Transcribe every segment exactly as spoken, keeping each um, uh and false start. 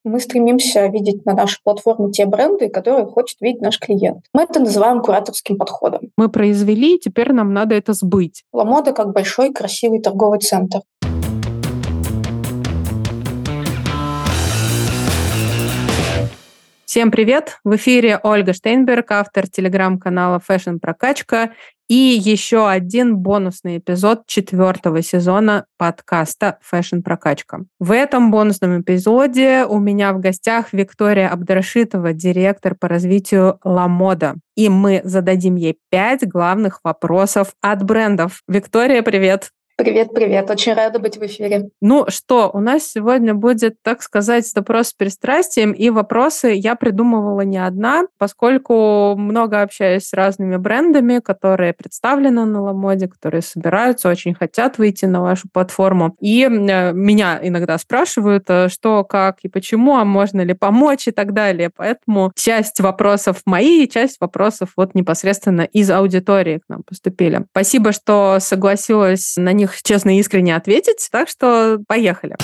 Мы стремимся видеть на нашей платформе те бренды, которые хочет видеть наш клиент. Мы это называем кураторским подходом. Мы произвели, теперь нам надо это сбыть. Ламода как большой красивый торговый центр. Всем привет! В эфире Ольга Штейнберг, автор телеграм-канала Fashion Прокачка, и еще один бонусный эпизод четвертого сезона подкаста Fashion Прокачка. В этом бонусном эпизоде у меня в гостях Виктория Абдрашитова, директор по развитию Ламода. И мы зададим ей пять главных вопросов от брендов. Виктория, привет! Привет-привет, очень рада быть в эфире. Ну что, у нас сегодня будет, так сказать, допрос с пристрастием, и вопросы я придумывала не одна, поскольку много общаюсь с разными брендами, которые представлены на Ламоде, которые собираются, очень хотят выйти на вашу платформу. И меня иногда спрашивают, что, как и почему, а можно ли помочь и так далее. Поэтому часть вопросов мои, часть вопросов вот непосредственно из аудитории к нам поступили. Спасибо, что согласилась на них честно и искренне ответить, так что поехали.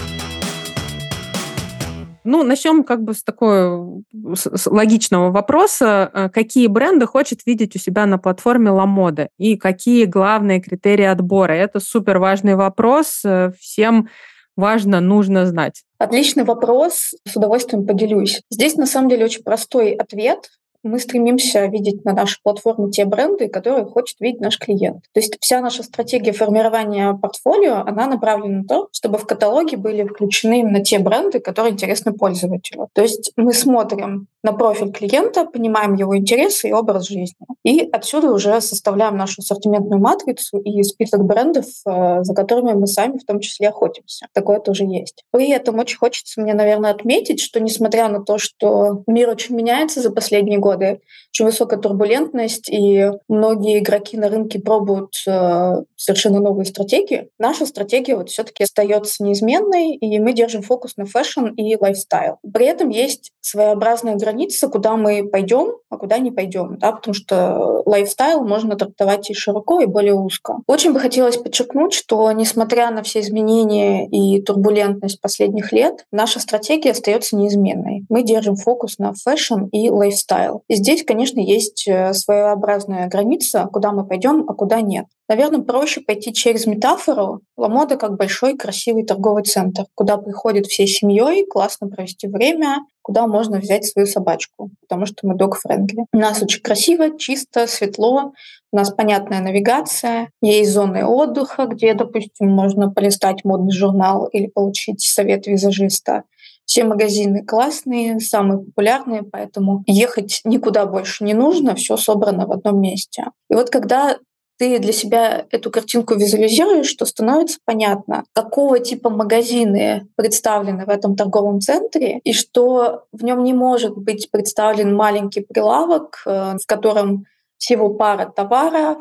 Ну, начнем как бы с такого с логичного вопроса. Какие бренды хочет видеть у себя на платформе Ламода и какие главные критерии отбора? Это супер важный вопрос, всем важно, нужно знать. Отличный вопрос, с удовольствием поделюсь. Здесь на самом деле очень простой ответ. Мы стремимся видеть на нашей платформе те бренды, которые хочет видеть наш клиент. То есть вся наша стратегия формирования портфолио, она направлена на то, чтобы в каталоге были включены именно те бренды, которые интересны пользователю. То есть мы смотрим на профиль клиента, понимаем его интересы и образ жизни. И отсюда уже составляем нашу ассортиментную матрицу и список брендов, за которыми мы сами в том числе охотимся. Такое тоже есть. При этом очень хочется мне, наверное, отметить, что несмотря на то, что мир очень меняется за последние годы, очень высокая турбулентность, и многие игроки на рынке пробуют э, совершенно новые стратегии. Наша стратегия вот все-таки остается неизменной, и мы держим фокус на фэшн и лайфстайл. При этом есть своеобразная граница, куда мы пойдем, а куда не пойдем, да, потому что лайфстайл можно трактовать и широко, и более узко. Очень бы хотелось подчеркнуть, что несмотря на все изменения и турбулентность последних лет, наша стратегия остается неизменной. Мы держим фокус на фэшн и лайфстайл. И здесь, конечно, есть своеобразная граница, куда мы пойдем, а куда нет. Наверное, проще пойти через метафору. Ламода как большой красивый торговый центр, куда приходят всей семьей, классно провести время, куда можно взять свою собачку, потому что мы dog-friendly. У нас очень красиво, чисто, светло, у нас понятная навигация, есть зоны отдыха, где, допустим, можно полистать модный журнал или получить совет визажиста. Все магазины классные, самые популярные, поэтому ехать никуда больше не нужно, все собрано в одном месте. И вот когда ты для себя эту картинку визуализируешь, то становится понятно, какого типа магазины представлены в этом торговом центре, и что в нем не может быть представлен маленький прилавок, в котором всего пара товаров,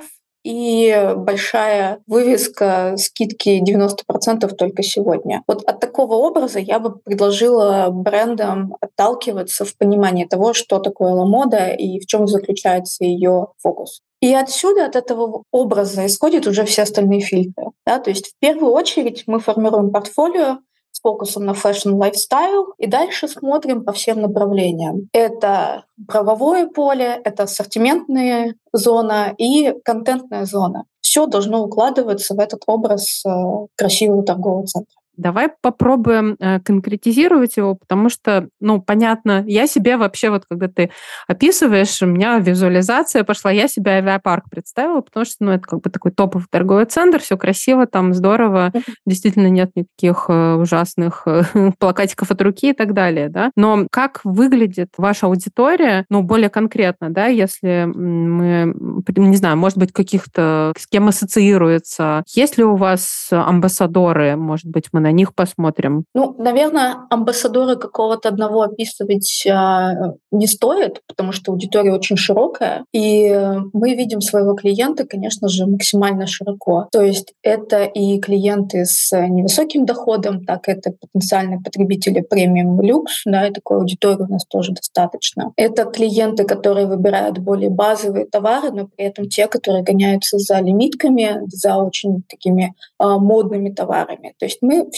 и большая вывеска скидки девяносто процентов только сегодня. Вот от такого образа я бы предложила брендам отталкиваться в понимании того, что такое Ламода и в чем заключается ее фокус. И отсюда, от этого образа, исходят уже все остальные фильтры. Да? То есть в первую очередь мы формируем портфолио с фокусом на фэшн, лайфстайл, и дальше смотрим по всем направлениям. Это правовое поле, это ассортиментная зона и контентная зона. Все должно укладываться в этот образ э, красивого торгового центра. Давай попробуем э, конкретизировать его, потому что, ну, понятно, я себе вообще, вот когда ты описываешь, у меня визуализация пошла, я себе авиапарк представила, потому что, ну, это как бы такой топовый торговый центр, все красиво, там здорово, действительно нет никаких э, ужасных э, плакатиков от руки и так далее, да. Но как выглядит ваша аудитория, ну, более конкретно, да, если мы, не знаю, может быть, каких-то, с кем ассоциируется, есть ли у вас амбассадоры, может быть, мы на них посмотрим? Ну, наверное, амбассадора какого-то одного описывать а, не стоит, потому что аудитория очень широкая, и мы видим своего клиента, конечно же, максимально широко. То есть это и клиенты с невысоким доходом, так это потенциальные потребители премиум люкс, да, и такой аудитории у нас тоже достаточно. Это клиенты, которые выбирают более базовые товары, но при этом те, которые гоняются за лимитками, за очень такими а, модными товарами. То есть мы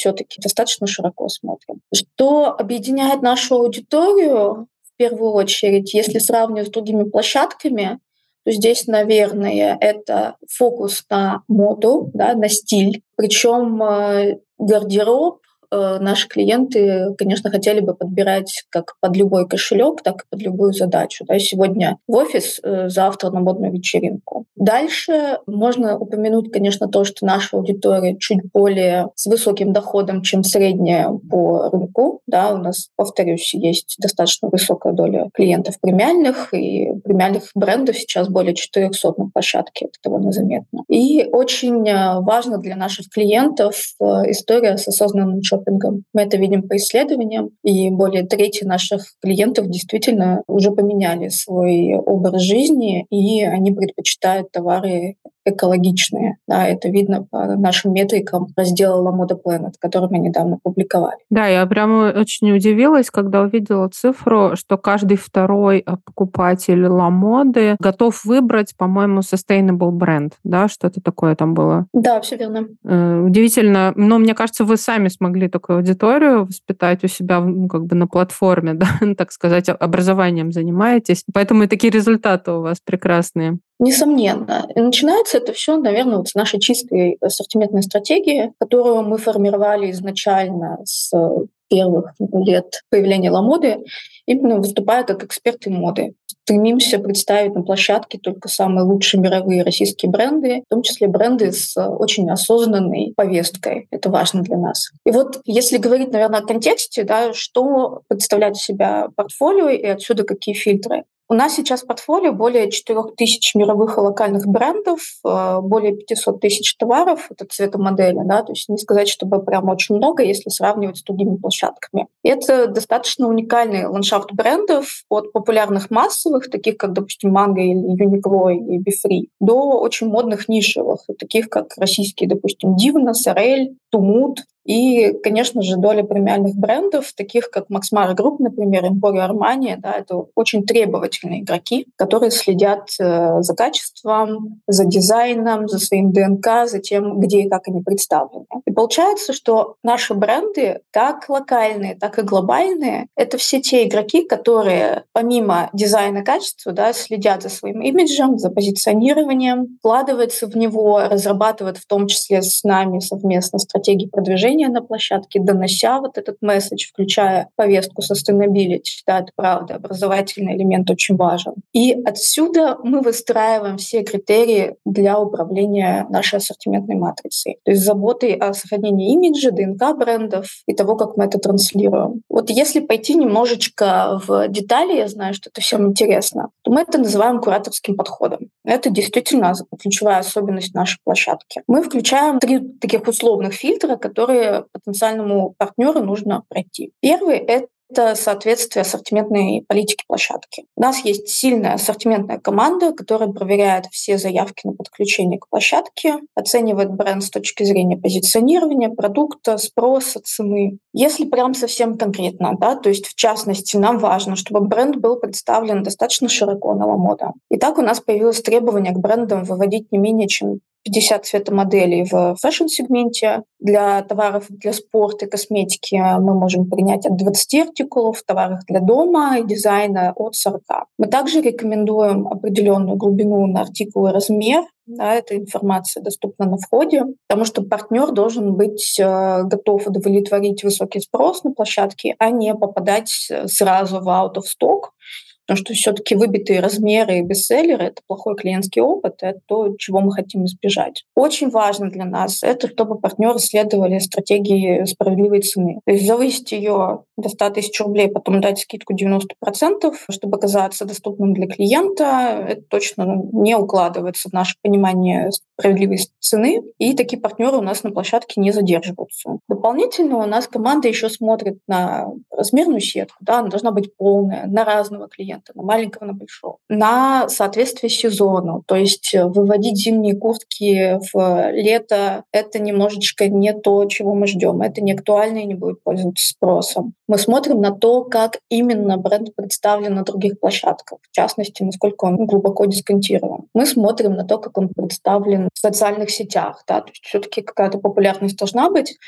все-таки достаточно широко смотрим. Что объединяет нашу аудиторию, в первую очередь, если сравнивать с другими площадками, то здесь, наверное, это фокус на моду, да, на стиль. Причем э, гардероб э, наши клиенты, конечно, хотели бы подбирать как под любой кошелек, так и под любую задачу. Да. Сегодня в офис, э, завтра на модную вечеринку. Дальше можно упомянуть, конечно, то, что наша аудитория чуть более с высоким доходом, чем средняя по рынку. Да. У нас, повторюсь, есть достаточно высокая доля клиентов премиальных, и премиальных брендов сейчас более четырехсот на площадке. Это довольно заметно. И очень важно для наших клиентов история с осознанным шопингом. Мы это видим по исследованиям, и более трети наших клиентов действительно уже поменяли свой образ жизни, и они предпочитают товары экологичные. Да, это видно по нашим метрикам раздела LaModa Planet, который мы недавно публиковали. Да, я прямо очень удивилась, когда увидела цифру, что каждый второй покупатель LaModa готов выбрать, по-моему, sustainable бренд, да, что-то такое там было. Да, все верно. Удивительно, но мне кажется, вы сами смогли такую аудиторию воспитать у себя, ну, как бы на платформе, да, так сказать, образованием занимаетесь, поэтому и такие результаты у вас прекрасные. Несомненно. И начинается это все, наверное, вот с нашей чистой ассортиментной стратегии, которую мы формировали изначально с первых лет появления LaModa, именно выступая как эксперты моды. Стремимся представить на площадке только самые лучшие мировые российские бренды, в том числе бренды с очень осознанной повесткой. Это важно для нас. И вот если говорить, наверное, о контексте, да, что представляет из себя портфолио и отсюда какие фильтры. У нас сейчас в портфолио более четырех тысяч мировых и локальных брендов, более пятьсот тысяч товаров, это цветомодели, да, то есть не сказать, чтобы прям очень много, если сравнивать с другими площадками. И это достаточно уникальный ландшафт брендов от популярных массовых, таких как, допустим, Mango или Uniqlo или Befree, до очень модных нишевых, таких как российские, допустим, Divna, Sorel, Tumut. И, конечно же, доля премиальных брендов, таких как Max Mara Group, например, Emporio Armani, да, это очень требовательные игроки, которые следят э, за качеством, за дизайном, за своим ДНК, за тем, где и как они представлены. И получается, что наши бренды, как локальные, так и глобальные, это все те игроки, которые помимо дизайна, качества, да, следят за своим имиджем, за позиционированием, вкладываются в него, разрабатывают в том числе с нами совместно стратегии продвижения на площадке, донося вот этот месседж, включая повестку sustainability. Да, это правда, образовательный элемент очень важен. И отсюда мы выстраиваем все критерии для управления нашей ассортиментной матрицей. То есть заботой о сохранении имиджа, ДНК брендов и того, как мы это транслируем. Вот если пойти немножечко в детали, я знаю, что это всем интересно, то мы это называем кураторским подходом. Это действительно ключевая особенность нашей площадки. Мы включаем три таких условных фильтра, которые потенциальному партнеру нужно пройти. Первый — это это соответствие ассортиментной политике площадки. У нас есть сильная ассортиментная команда, которая проверяет все заявки на подключение к площадке, оценивает бренд с точки зрения позиционирования, продукта, спроса, цены. Если прям совсем конкретно, да, то есть в частности нам важно, чтобы бренд был представлен достаточно широко на LaModa. Итак, у нас появилось требование к брендам выводить не менее чем пятьдесят цветомоделей в фэшн-сегменте. Для товаров для спорта и косметики мы можем принять от двадцати артикулов, в товарах для дома и дизайна от сорока. Мы также рекомендуем определенную глубину на артикул и размер. Да, эта информация доступна на входе, потому что партнер должен быть э, готов удовлетворить высокий спрос на площадке, а не попадать сразу в out of stock. Потому что все-таки выбитые размеры и бестселлеры — это плохой клиентский опыт, это то, чего мы хотим избежать. Очень важно для нас это, чтобы партнеры следовали стратегии справедливой цены. То есть завысить ее до ста тысяч рублей, потом дать скидку девяносто процентов, чтобы оказаться доступным для клиента, это точно не укладывается в наше понимание справедливой цены, и такие партнеры у нас на площадке не задерживаются. Дополнительно у нас команда еще смотрит на размерную сетку, да, она должна быть полная, на разного клиента, на маленького, на большого, на соответствие сезону. То есть выводить зимние куртки в лето — это немножечко не то, чего мы ждем. Это не актуально и не будет пользоваться спросом. Мы смотрим на то, как именно бренд представлен на других площадках, в частности, насколько он глубоко дисконтирован. Мы смотрим на то, как он представлен в социальных сетях. Да? То есть все-таки какая-то популярность должна быть.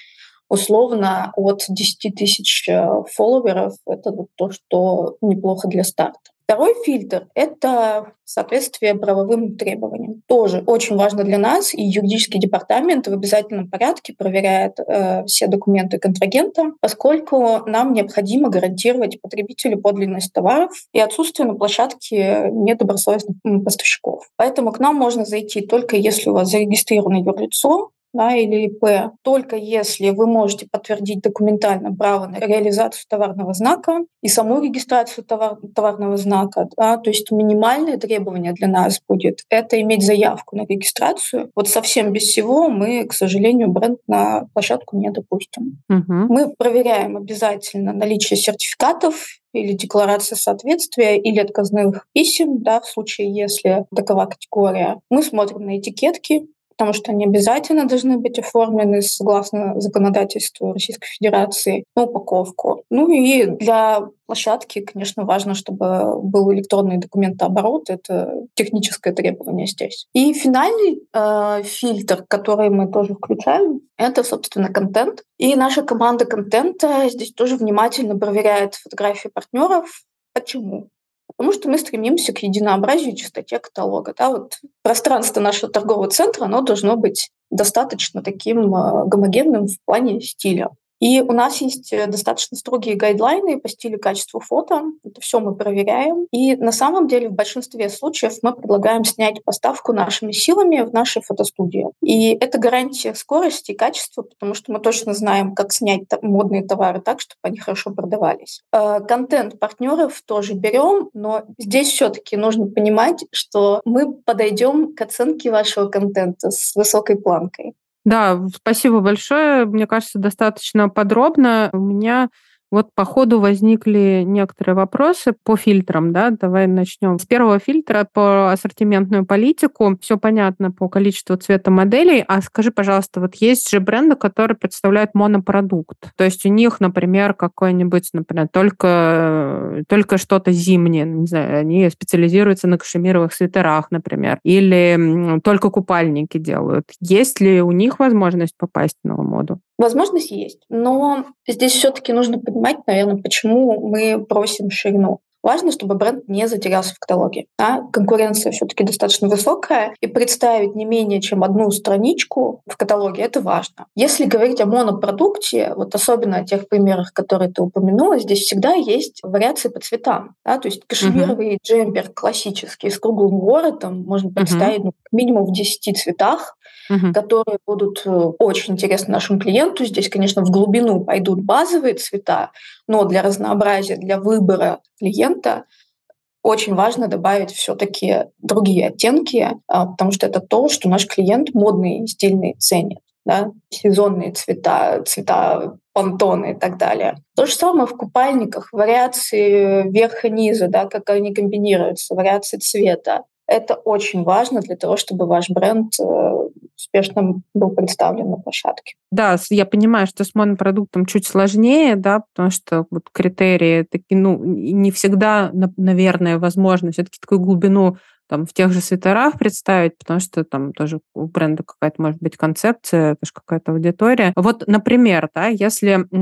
условно от десяти тысяч фолловеров — это вот то, что неплохо для старта. Второй фильтр — это соответствие правовым требованиям. Тоже очень важно для нас, и юридический департамент в обязательном порядке проверяет э, все документы контрагента, поскольку нам необходимо гарантировать потребителю подлинность товаров и отсутствие на площадке недобросовестных поставщиков. Поэтому к нам можно зайти только если у вас зарегистрировано юрлицо, да, или ИП, только если вы можете подтвердить документально право на реализацию товарного знака и саму регистрацию товар, товарного знака. Да, то есть минимальное требование для нас будет — это иметь заявку на регистрацию. Вот совсем без всего мы, к сожалению, бренд на площадку не допустим. Угу. Мы проверяем обязательно наличие сертификатов или декларации соответствия, или отказных писем, да, в случае, если такова категория. Мы смотрим на этикетки, потому что они обязательно должны быть оформлены согласно законодательству Российской Федерации, на упаковку. Ну и для площадки, конечно, важно, чтобы был электронный документооборот. Это техническое требование здесь. И финальный э, фильтр, который мы тоже включаем, это, собственно, контент. И наша команда контента здесь тоже внимательно проверяет фотографии партнеров. Почему? Потому что мы стремимся к единообразию и чистоте каталога. Да, вот пространство нашего торгового центра, оно должно быть достаточно таким э, гомогенным в плане стиля. И у нас есть достаточно строгие гайдлайны по стилю и качеству фото. Это все мы проверяем. И на самом деле в большинстве случаев мы предлагаем снять поставку нашими силами в нашей фотостудии. И это гарантия скорости и качества, потому что мы точно знаем, как снять модные товары так, чтобы они хорошо продавались. Контент партнеров тоже берем, но здесь все-таки нужно понимать, что мы подойдем к оценке вашего контента с высокой планкой. Да, спасибо большое. Мне кажется, достаточно подробно. У меня вот по ходу возникли некоторые вопросы по фильтрам, да, давай начнем. С первого фильтра по ассортиментную политику. Все понятно по количеству цвета моделей. А скажи, пожалуйста, вот есть же бренды, которые представляют монопродукт. То есть у них, например, какой-нибудь, например, только, только что-то зимнее, не знаю, они специализируются на кашемировых свитерах, например, или только купальники делают. Есть ли у них возможность попасть в новую моду? Возможность есть, но здесь все-таки нужно понимать, наверное, почему мы просим ширину. Важно, чтобы бренд не затерялся в каталоге. Да? Конкуренция все-таки достаточно высокая, и представить не менее чем одну страничку в каталоге — это важно. Если говорить о монопродукте, вот особенно о тех примерах, которые ты упомянула, здесь всегда есть вариации по цветам. Да? То есть кашемировый uh-huh. джемпер классический с круглым воротом можно представить uh-huh. ну, минимум в десяти цветах, uh-huh. которые будут очень интересны нашему клиенту. Здесь, конечно, в глубину пойдут базовые цвета, но для разнообразия, для выбора клиента очень важно добавить все-таки другие оттенки, потому что это то, что наш клиент модный, стильный ценит. Да? Сезонные цвета, цвета пантоны и так далее. То же самое в купальниках, вариации верха и низа, да, как они комбинируются, вариации цвета. Это очень важно для того, чтобы ваш бренд успешно был представлен на площадке. Да, я понимаю, что с монопродуктом чуть сложнее, да, потому что вот критерии такие, ну, не всегда, наверное, возможно все-таки такую глубину там в тех же свитерах представить, потому что там тоже у бренда какая-то может быть концепция, это же какая-то аудитория. Вот, например, да, если э,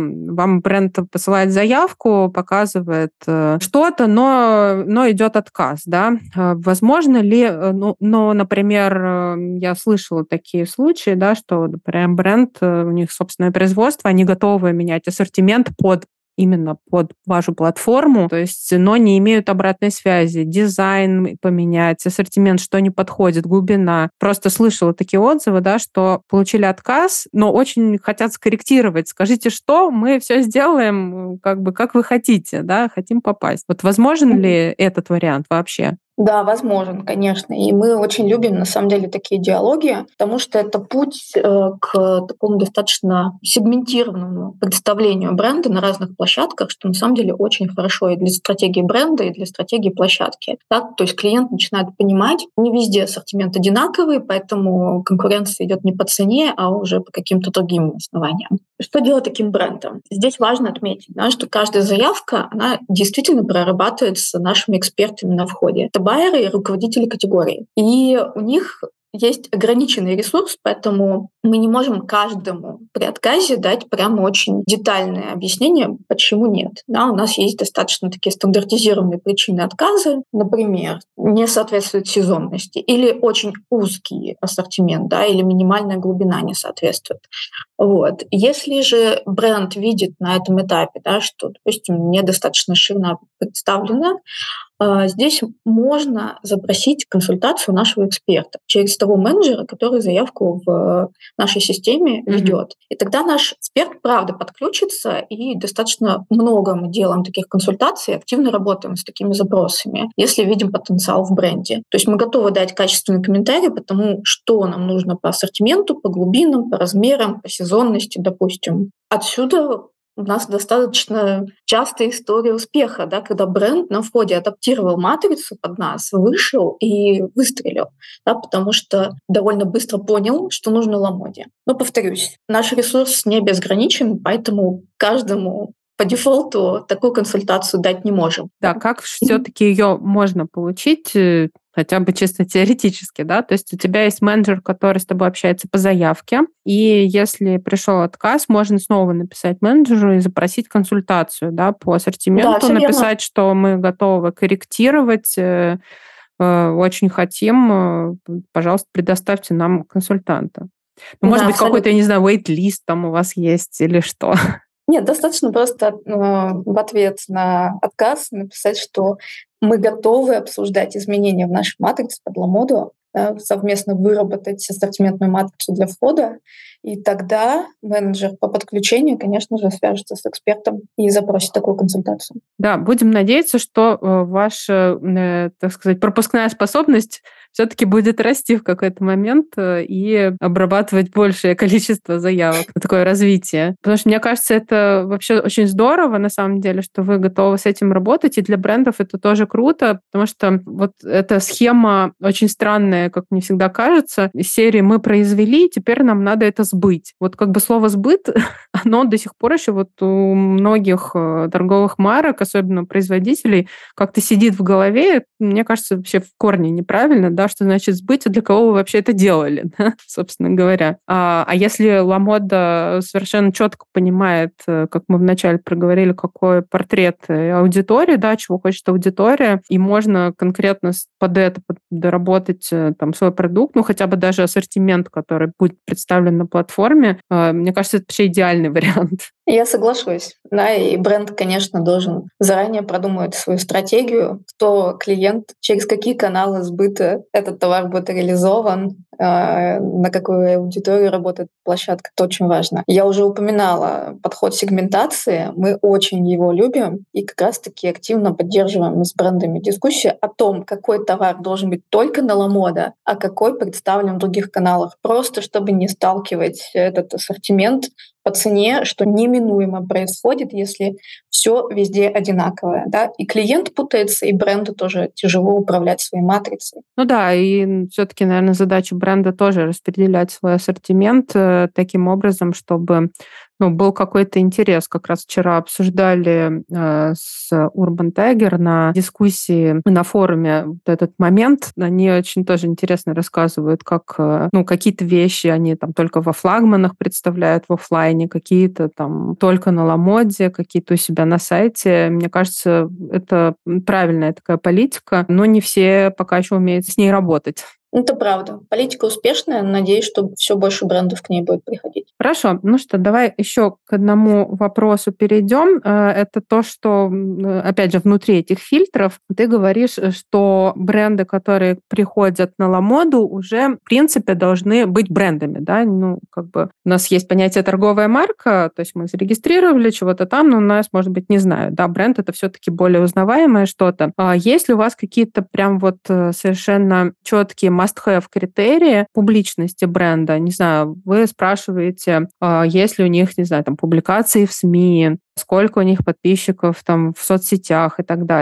вам бренд посылает заявку, показывает э, что-то, но, но идет отказ, да, э, возможно ли, э, ну, но, например, э, я слышала такие случаи, да, что, например, бренд, э, у них собственное производство, они готовы менять ассортимент под именно под вашу платформу, то есть, но не имеют обратной связи, дизайн поменять, ассортимент, что не подходит, глубина. Просто слышала такие отзывы, да, что получили отказ, но очень хотят скорректировать. Скажите, что мы все сделаем, как бы, как вы хотите, да, хотим попасть. Вот возможен mm-hmm. ли этот вариант вообще? Да, возможен, конечно. И мы очень любим, на самом деле, такие диалоги, потому что это путь э, к такому достаточно сегментированному представлению бренда на разных площадках, что на самом деле очень хорошо и для стратегии бренда, и для стратегии площадки. Так? То есть клиент начинает понимать, не везде ассортимент одинаковый, поэтому конкуренция идет не по цене, а уже по каким-то другим основаниям. Что делать таким брендом? Здесь важно отметить, да, что каждая заявка, она действительно прорабатывается нашими экспертами на входе. Это байеры и руководители категории. И у них есть ограниченный ресурс, поэтому мы не можем каждому при отказе дать прямо очень детальное объяснение, почему нет. Да, у нас есть достаточно такие стандартизированные причины отказа, например, не соответствует сезонности или очень узкий ассортимент, да, или минимальная глубина не соответствует. Вот. Если же бренд видит на этом этапе, да, что, допустим, недостаточно ширина представлена, здесь можно запросить консультацию нашего эксперта через того менеджера, который заявку в нашей системе ведет. Mm-hmm. И тогда наш эксперт, правда, подключится, и достаточно много мы делаем таких консультаций, активно работаем с такими запросами, если видим потенциал в бренде. То есть мы готовы дать качественный комментарий по тому, что нам нужно по ассортименту, по глубинам, по размерам, по сезонности, допустим. Отсюда у нас достаточно частая история успеха, да, когда бренд на входе адаптировал матрицу под нас, вышел и выстрелил, да, потому что довольно быстро понял, что нужно Ламоде. Но, повторюсь, наш ресурс не безграничен, поэтому каждому по дефолту такую консультацию дать не можем. Да, как все-таки ее можно получить, хотя бы чисто теоретически, да? То есть у тебя есть менеджер, который с тобой общается по заявке, и если пришел отказ, можно снова написать менеджеру и запросить консультацию, да, по ассортименту, да, написать, верно, что мы готовы корректировать, очень хотим, пожалуйста, предоставьте нам консультанта. Ну, может да, быть, абсолютно. Какой-то, я не знаю, wait-лист там у вас есть или что? Нет, достаточно просто э, в ответ на отказ написать, что мы готовы обсуждать изменения в нашей матрице под Ламоду, да, совместно выработать ассортиментную матрицу для входа, и тогда менеджер по подключению, конечно же, свяжется с экспертом и запросит такую консультацию. Да, будем надеяться, что ваша, э, так сказать, пропускная способность все-таки будет расти в какой-то момент и обрабатывать большее количество заявок на такое развитие. Потому что, мне кажется, это вообще очень здорово, на самом деле, что вы готовы с этим работать, и для брендов это тоже круто, потому что вот эта схема очень странная, как мне всегда кажется, из серии «мы произвели, теперь нам надо это сбыть». Вот как бы слово «сбыт», оно до сих пор еще вот у многих торговых марок, особенно производителей, как-то сидит в голове. Мне кажется, вообще в корне неправильно, да, что значит сбыть, а для кого вы вообще это делали, да, собственно говоря. А, а если Ламода совершенно четко понимает, как мы вначале проговорили, какой портрет аудитории, да, чего хочет аудитория, и можно конкретно под это доработать там свой продукт, ну, хотя бы даже ассортимент, который будет представлен на платформе, мне кажется, это вообще идеальный вариант. Я соглашусь. Да, и бренд, конечно, должен заранее продумывать свою стратегию, кто клиент, через какие каналы сбыта этот товар будет реализован, на какую аудиторию работает площадка. Это очень важно. Я уже упоминала подход сегментации. Мы очень его любим и как раз-таки активно поддерживаем с брендами дискуссию о том, какой товар должен быть только на Ламода, а какой представлен в других каналах. Просто чтобы не сталкивать этот ассортимент по цене, что неминуемо происходит, если все везде одинаковое. Да? И клиент путается, и бренду тоже тяжело управлять своей матрицей. Ну да, и все-таки, наверное, задача бренда тоже распределять свой ассортимент э, таким образом, чтобы ну, был какой-то интерес. Как раз вчера обсуждали э, с Urban Tiger на дискуссии на форуме вот этот момент. Они очень тоже интересно рассказывают, как э, ну, какие-то вещи они там только во флагманах представляют в офлайне, какие-то там только на Ламоде, какие-то у себя на сайте. Мне кажется, это правильная такая политика, но не все пока еще умеют с ней работать. Это правда. Политика успешная. Надеюсь, что все больше брендов к ней будет приходить. Хорошо. Ну что, давай еще к одному вопросу перейдем. Это то, что, опять же, внутри этих фильтров ты говоришь, что бренды, которые приходят на Ламоду, уже, в принципе, должны быть брендами, да? Ну, как бы у нас есть понятие торговая марка, то есть мы зарегистрировали чего-то там, но у нас, может быть, не знаю, да, бренд — это все-таки более узнаваемое что-то. А есть ли у вас какие-то прям вот совершенно четкие must-have критерии публичности бренда? Не знаю, вы спрашиваете, есть ли у них, не знаю, там, публикации в СМИ, сколько у них подписчиков там в соцсетях и так далее.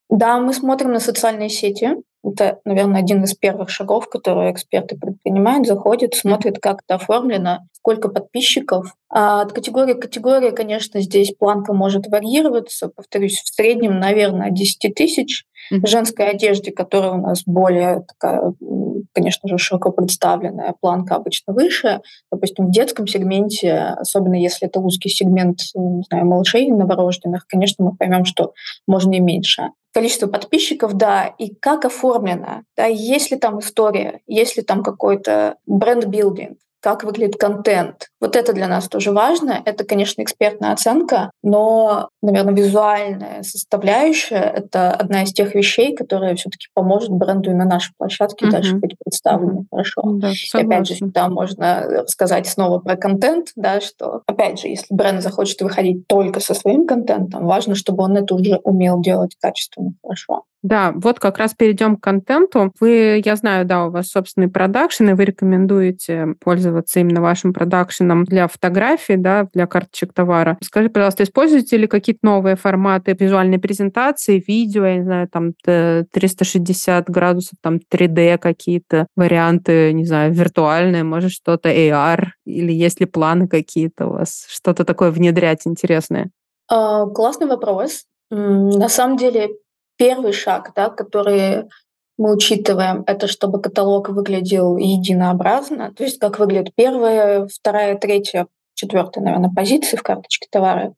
Да, мы смотрим на социальные сети. Это, наверное, один из первых шагов, которые эксперты предпринимают. Заходят, смотрят, как это оформлено, сколько подписчиков. А от категории к категории, конечно, здесь планка может варьироваться. Повторюсь, в среднем, наверное, от десяти тысяч. В женской одежде, которая у нас более такая, конечно же, широко представленная, планка обычно выше. Допустим, в детском сегменте, особенно если это узкий сегмент, не знаю, малышей новорожденных, конечно, мы поймем, что можно и меньше. Количество подписчиков, да, и как оформлено, да, есть ли там история, есть ли там какой-то бренд-билдинг, как выглядит контент. Вот это для нас тоже важно. Это, конечно, экспертная оценка, но, наверное, визуальная составляющая — это одна из тех вещей, которая все-таки поможет бренду и на нашей площадке uh-huh. дальше быть представленным uh-huh. хорошо. Да, и опять же, сюда можно рассказать снова про контент, да, что, опять же, если бренд захочет выходить только со своим контентом, важно, чтобы он это уже умел делать качественно, хорошо. Да, вот как раз перейдем к контенту. Вы, я знаю, да, у вас собственный продакшн, и вы рекомендуете пользоваться именно вашим продакшеном для фотографий, да, для карточек товара. Скажи, пожалуйста, используете ли какие-то новые форматы визуальной презентации, видео, я не знаю, там триста шестьдесят градусов, там три дэ какие-то варианты, не знаю, виртуальные, может, что-то эй ар, или есть ли планы какие-то у вас, что-то такое внедрять интересное? А, классный вопрос. На самом деле, первый шаг, да, который мы учитываем, это чтобы каталог выглядел единообразно, то есть как выглядит первая, вторая, третья, четвертая, наверное, позиции в карточке товара.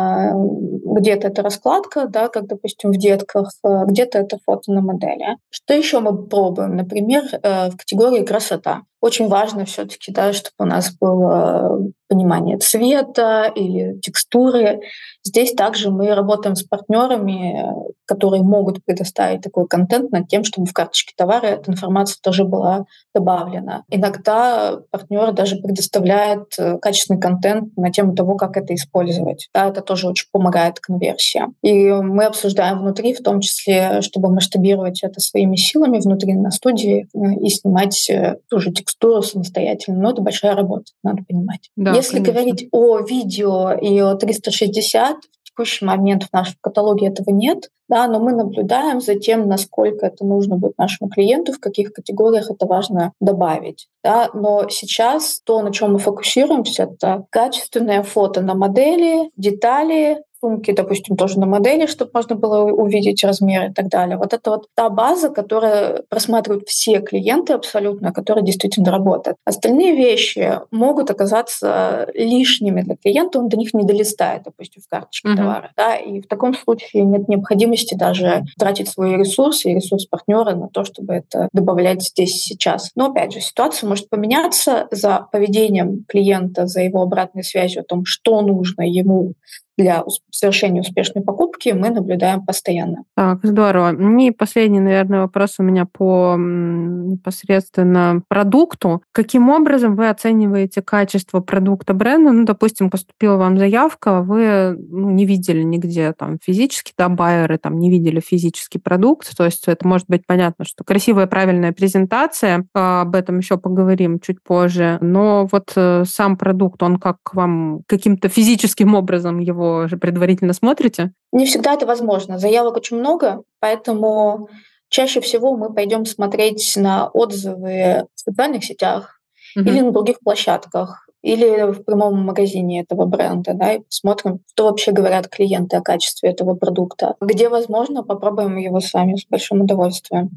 Где-то это раскладка, да, как, допустим, в детках, где-то это фото на модели. Что еще мы пробуем? Например, в категории красота. Очень важно все-таки, да, чтобы у нас было понимание цвета или текстуры. Здесь также мы работаем с партнерами, которые могут предоставить такой контент над тем, чтобы в карточке товара эта информация тоже была добавлена. Иногда партнер даже предоставляет качественный контент на тему того, как это использовать. Да, это тоже очень помогает конверсии. И мы обсуждаем внутри, в том числе, чтобы масштабировать это своими силами внутри на студии и снимать ту же текстуру самостоятельно. Но это большая работа, надо понимать. Да, Если конечно. говорить о видео и о триста шестьдесят, в текущий момент в нашем каталоге этого нет, да, но мы наблюдаем за тем, насколько это нужно будет нашему клиенту, в каких категориях это важно добавить. Да. Но сейчас то, на чем мы фокусируемся, это качественное фото на модели, детали, сумки, допустим, тоже на модели, чтобы можно было увидеть размеры и так далее. Вот это вот та база, которая просматривают все клиенты абсолютно, которая действительно работает. Остальные вещи могут оказаться лишними для клиента, он до них не долистает, допустим, в карточке uh-huh. товара. Да, и в таком случае нет необходимости даже тратить свои ресурсы и ресурс партнера на то, чтобы это добавлять здесь и сейчас. Но опять же, ситуация может поменяться за поведением клиента, за его обратной связью о том, что нужно ему для совершения успешной покупки, мы наблюдаем постоянно. Так, здорово. И последний, наверное, вопрос у меня по непосредственно продукту. Каким образом вы оцениваете качество продукта бренда? Ну, допустим, поступила вам заявка, вы ну, не видели нигде там физически, да, байеры там не видели физический продукт, то есть это может быть понятно, что красивая, правильная презентация, об этом еще поговорим чуть позже, но вот сам продукт, он как к вам каким-то физическим образом его же предварительно смотрите? Не всегда это возможно. Заявок очень много, поэтому чаще всего мы пойдем смотреть на отзывы в социальных сетях uh-huh. или на других площадках, или в прямом магазине этого бренда, да, и посмотрим, что вообще говорят клиенты о качестве этого продукта. Где возможно, попробуем его сами с большим удовольствием.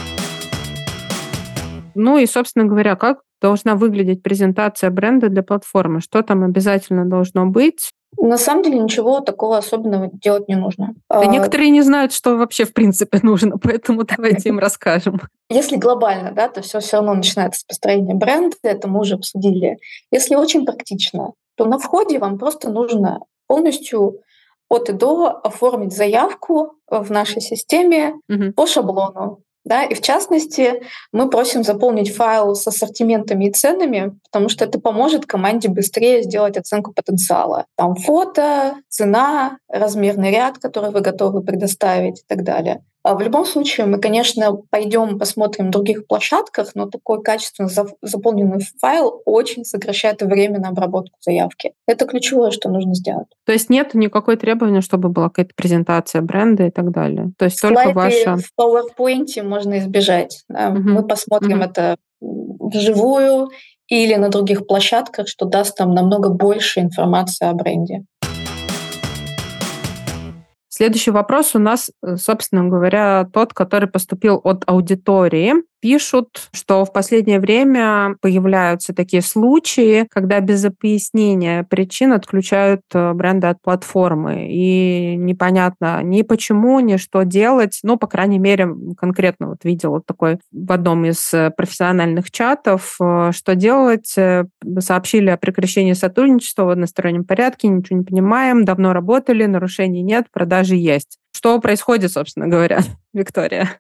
Ну и, собственно говоря, как должна выглядеть презентация бренда для платформы? Что там обязательно должно быть? На самом деле ничего такого особенного делать не нужно. Да, некоторые не знают, что вообще в принципе нужно, поэтому давайте им расскажем. Если глобально, да, то все все равно начинается с построения бренда, это мы уже обсудили. Если очень практично, то на входе вам просто нужно полностью от и до оформить заявку в нашей системе угу. по шаблону. Да, и в частности, мы просим заполнить файл с ассортиментами и ценами, потому что это поможет команде быстрее сделать оценку потенциала. Там фото, цена, размерный ряд, который вы готовы предоставить и так далее. А в любом случае мы, конечно, пойдем посмотрим на других площадках, но такой качественно зав- заполненный файл очень сокращает время на обработку заявки. Это ключевое, что нужно сделать. То есть нет никакой требования, чтобы была какая-то презентация бренда и так далее? То есть только Слайды ваша... в PowerPoint можно избежать. Да. Мы Мгм. посмотрим Мгм. это вживую или на других площадках, что даст нам намного больше информации о бренде. Следующий вопрос у нас, э, собственно говоря, тот, который поступил от аудитории. Пишут, что в последнее время появляются такие случаи, когда без пояснения причин отключают э, бренды от платформы. И непонятно ни почему, ни что делать. Ну, по крайней мере, конкретно вот видела такой в одном из э, профессиональных чатов, э, что делать. Э, Сообщили о прекращении сотрудничества в одностороннем порядке, ничего не понимаем, давно работали, нарушений нет, продажи есть. Что происходит, собственно говоря, Виктория?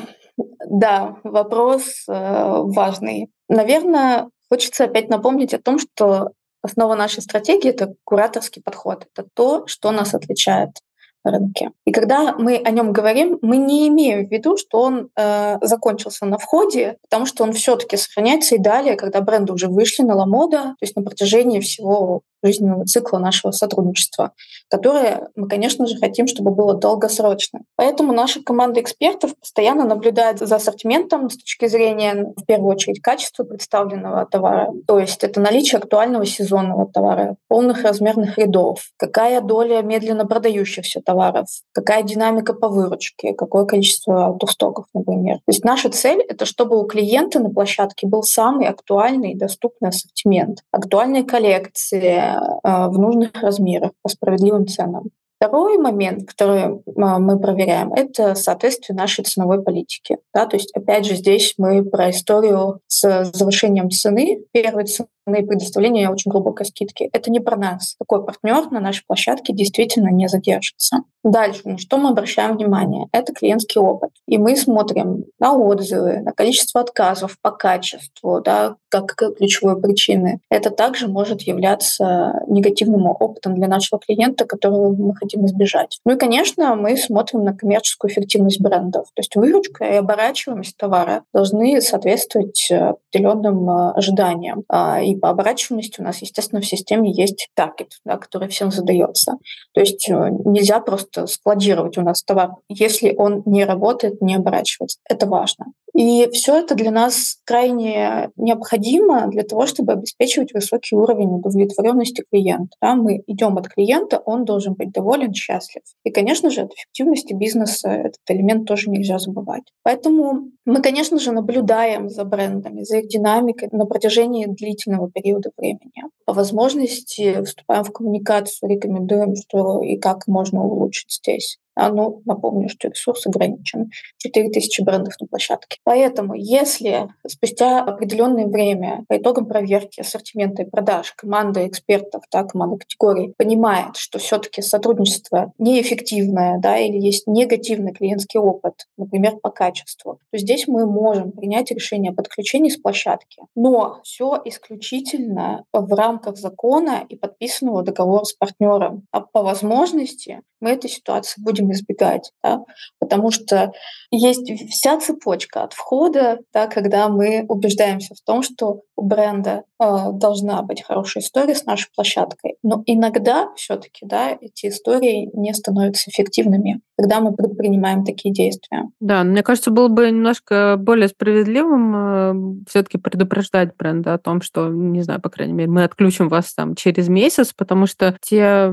Да, вопрос э, важный. Наверное, хочется опять напомнить о том, что основа нашей стратегии — это кураторский подход. Это то, что нас отличает на рынке. И когда мы о нем говорим, мы не имеем в виду, что он э, закончился на входе, потому что он все-таки сохраняется и далее, когда бренды уже вышли на ла-мода, то есть на протяжении всего жизненного цикла нашего сотрудничества, которое мы, конечно же, хотим, чтобы было долгосрочно. Поэтому наша команда экспертов постоянно наблюдает за ассортиментом с точки зрения, в первую очередь, качества представленного товара. То есть это наличие актуального сезонного товара, полных размерных рядов, какая доля медленно продающихся товаров, какая динамика по выручке, какое количество аутостоков, например. То есть наша цель — это чтобы у клиента на площадке был самый актуальный и доступный ассортимент, актуальные коллекции, в нужных размерах по справедливым ценам. Второй момент, который мы проверяем, это соответствие нашей ценовой политике. Да, то есть, опять же, здесь мы про историю с завышением цены, первой цены и предоставления очень глубокой скидки. Это не про нас. Такой партнер на нашей площадке действительно не задержится. Дальше, на что мы обращаем внимание? Это клиентский опыт. И мы смотрим на отзывы, на количество отказов по качеству, да, как ключевой причины. Это также может являться негативным опытом для нашего клиента, которого мы хотим избежать. Ну и, конечно, мы смотрим на коммерческую эффективность брендов. То есть выручка и оборачиваемость товара должны соответствовать определенным ожиданиям. И по оборачиваемости у нас, естественно, в системе есть таргет, да, который всем задается. То есть нельзя просто складировать у нас товар, если он не работает, не оборачивается. Это важно. И все это для нас крайне необходимо для того, чтобы обеспечивать высокий уровень удовлетворенности клиента. Да, мы идем от клиента, он должен быть доволен, счастлив. И, конечно же, от эффективности бизнеса этот элемент тоже нельзя забывать. Поэтому мы, конечно же, наблюдаем за брендами, за их динамикой на протяжении длительного периода времени. По возможности вступаем в коммуникацию, рекомендуем, что и как можно улучшить здесь. А, ну, напомню, что ресурс ограничен. четыре тысячи брендов на площадке. Поэтому, если спустя определенное время по итогам проверки ассортимента и продаж команда экспертов, да, команда категорий понимает, что все-таки сотрудничество неэффективное, да, или есть негативный клиентский опыт, например, по качеству, то здесь мы можем принять решение о подключении с площадки. Но все исключительно в рамках закона и подписанного договора с партнером. А по возможности мы этой ситуации будем избегать, да, потому что есть вся цепочка от входа, да, когда мы убеждаемся в том, что у бренда э, должна быть хорошая история с нашей площадкой, но иногда все-таки, да, эти истории не становятся эффективными, когда мы предпринимаем такие действия. Да, мне кажется, было бы немножко более справедливым э, все-таки предупреждать бренда о том, что, не знаю, по крайней мере, мы отключим вас там через месяц, потому что те,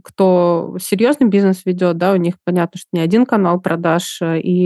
кто серьезный бизнес ведет, да, у них понятно, что не один канал продаж,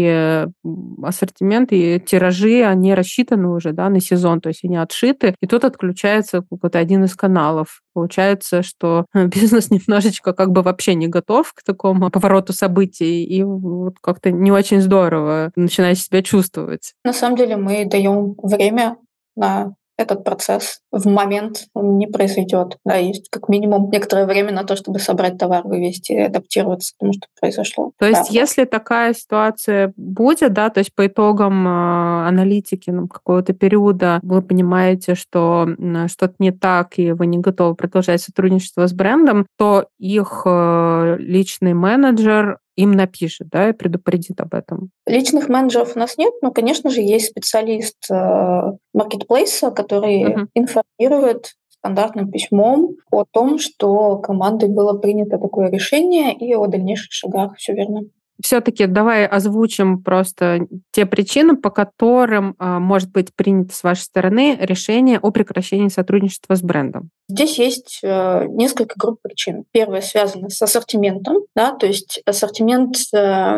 и ассортимент, и тиражи, они рассчитаны уже, да, на сезон, то есть они отшиты, и тут отключается какой-то один из каналов. Получается, что бизнес немножечко как бы вообще не готов к такому повороту событий, и вот как-то не очень здорово начинаешь себя чувствовать. На самом деле мы даем время на этот процесс. В момент он не произойдет. Да, есть как минимум некоторое время на то, чтобы собрать товар, вывести, адаптироваться к тому, что произошло. То есть, Правда. если такая ситуация будет, да, то есть по итогам э, аналитики ну, какого-то периода вы понимаете, что э, что-то не так, и вы не готовы продолжать сотрудничество с брендом, то их э, личный менеджер им напишет, да, и предупредит об этом? Личных менеджеров у нас нет, но, конечно же, есть специалист маркетплейса, который uh-huh. информирует стандартным письмом о том, что командой было принято такое решение и о дальнейших шагах. Все верно. Все-таки давай озвучим просто те причины, по которым а, может быть принято с вашей стороны решение о прекращении сотрудничества с брендом. Здесь есть э, несколько групп причин. Первая связана с ассортиментом, да, то есть ассортимент э,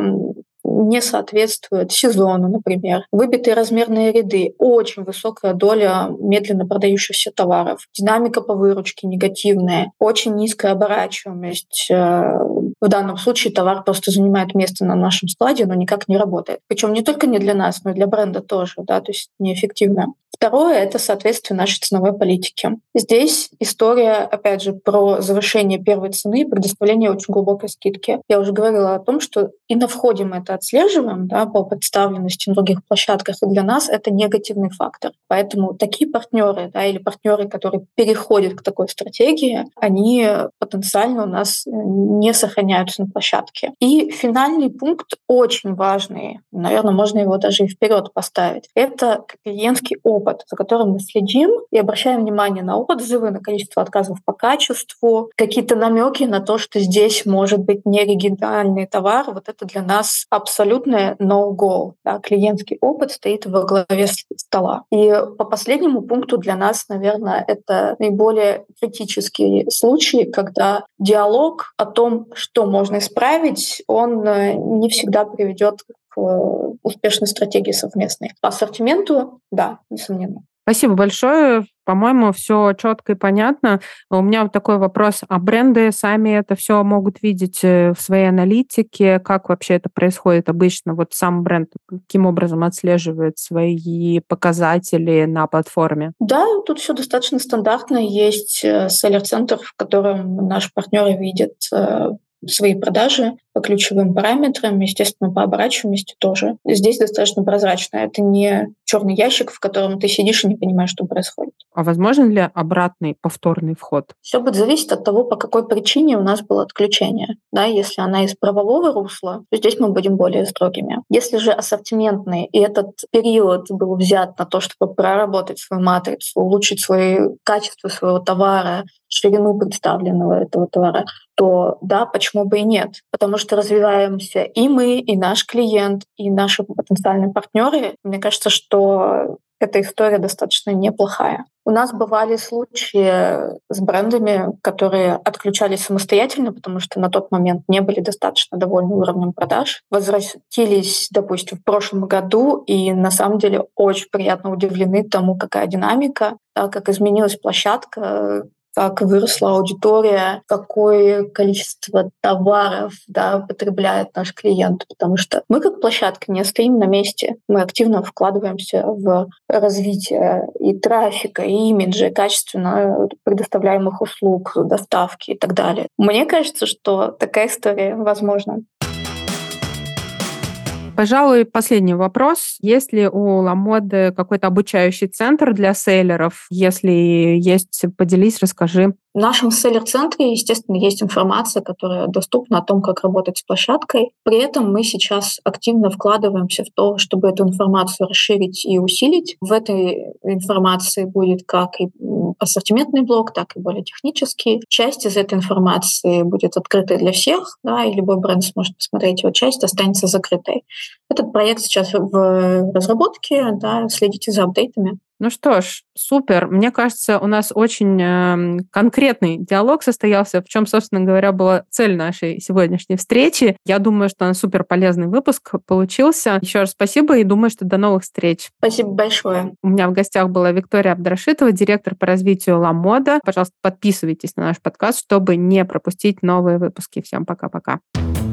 не соответствует сезону, например. Выбитые размерные ряды, очень высокая доля медленно продающихся товаров, динамика по выручке негативная, очень низкая оборачиваемость. В данном случае товар просто занимает место на нашем складе, но никак не работает. Причем не только не для нас, но и для бренда тоже, да, то есть неэффективно. Второе — это соответствие нашей ценовой политике. Здесь история, опять же, про завышение первой цены и предоставление очень глубокой скидки. Я уже говорила о том, что и на входе мы это отслеживаем, да, по представленности на других площадках, и для нас это негативный фактор. Поэтому такие партнеры, да, или партнеры, которые переходят к такой стратегии, они потенциально у нас не сохраняются на площадке. И финальный пункт очень важный, наверное, можно его даже и вперед поставить. Это клиентский опыт, за которым мы следим и обращаем внимание на отзывы, на количество отказов по качеству, какие-то намеки на то, что здесь может быть неоригинальный товар. Вот это для нас абсолютное no-go. Да, клиентский опыт стоит во главе стола. И по последнему пункту для нас, наверное, это наиболее критический случай, когда диалог о том, что можно исправить, он не всегда приведет к успешной стратегии совместной. По ассортименту, да, несомненно. Спасибо большое. По-моему, все четко и понятно. У меня вот такой вопрос. А бренды сами это все могут видеть в своей аналитике? Как вообще это происходит обычно? Вот сам бренд каким образом отслеживает свои показатели на платформе? Да, тут все достаточно стандартно. Есть селлер-центр, в котором наши партнеры видят свои продажи по ключевым параметрам, естественно, по оборачиваемости тоже. Здесь достаточно прозрачно. Это не черный ящик, в котором ты сидишь и не понимаешь, что происходит. А возможен ли обратный повторный вход? Все будет зависеть от того, по какой причине у нас было отключение. Да, если она из правового русла, то здесь мы будем более строгими. Если же ассортиментный, и этот период был взят на то, чтобы проработать свою матрицу, улучшить свои качество своего товара, ширину представленного этого товара, то да, почему бы и нет? Потому что развиваемся и мы, и наш клиент, и наши потенциальные партнеры. Мне кажется, что эта история достаточно неплохая. У нас бывали случаи с брендами, которые отключались самостоятельно, потому что на тот момент не были достаточно довольны уровнем продаж. Возвратились, допустим, в прошлом году и на самом деле очень приятно удивлены тому, какая динамика, как изменилась площадка, как выросла аудитория, какое количество товаров, да, потребляет наш клиент. Потому что мы как площадка не стоим на месте. Мы активно вкладываемся в развитие и трафика, и имиджа, и качественно предоставляемых услуг, доставки и так далее. Мне кажется, что такая история возможна. Пожалуй, последний вопрос. Есть ли у Ламоды какой-то обучающий центр для селлеров? Если есть, поделись, расскажи. В нашем селлер-центре, естественно, есть информация, которая доступна о том, как работать с площадкой. При этом мы сейчас активно вкладываемся в то, чтобы эту информацию расширить и усилить. В этой информации будет как и ассортиментный блок, так и более технический. Часть из этой информации будет открытой для всех, да, и любой бренд сможет посмотреть его, часть останется закрытой. Этот проект сейчас в разработке, да, следите за апдейтами. Ну что ж, супер. Мне кажется, у нас очень э, конкретный диалог состоялся, в чем, собственно говоря, была цель нашей сегодняшней встречи. Я думаю, что он супер полезный выпуск получился. Еще раз спасибо и думаю, что до новых встреч. Спасибо большое. У меня в гостях была Виктория Абдрашитова, директор по развитию Ламода. Пожалуйста, подписывайтесь на наш подкаст, чтобы не пропустить новые выпуски. Всем пока-пока.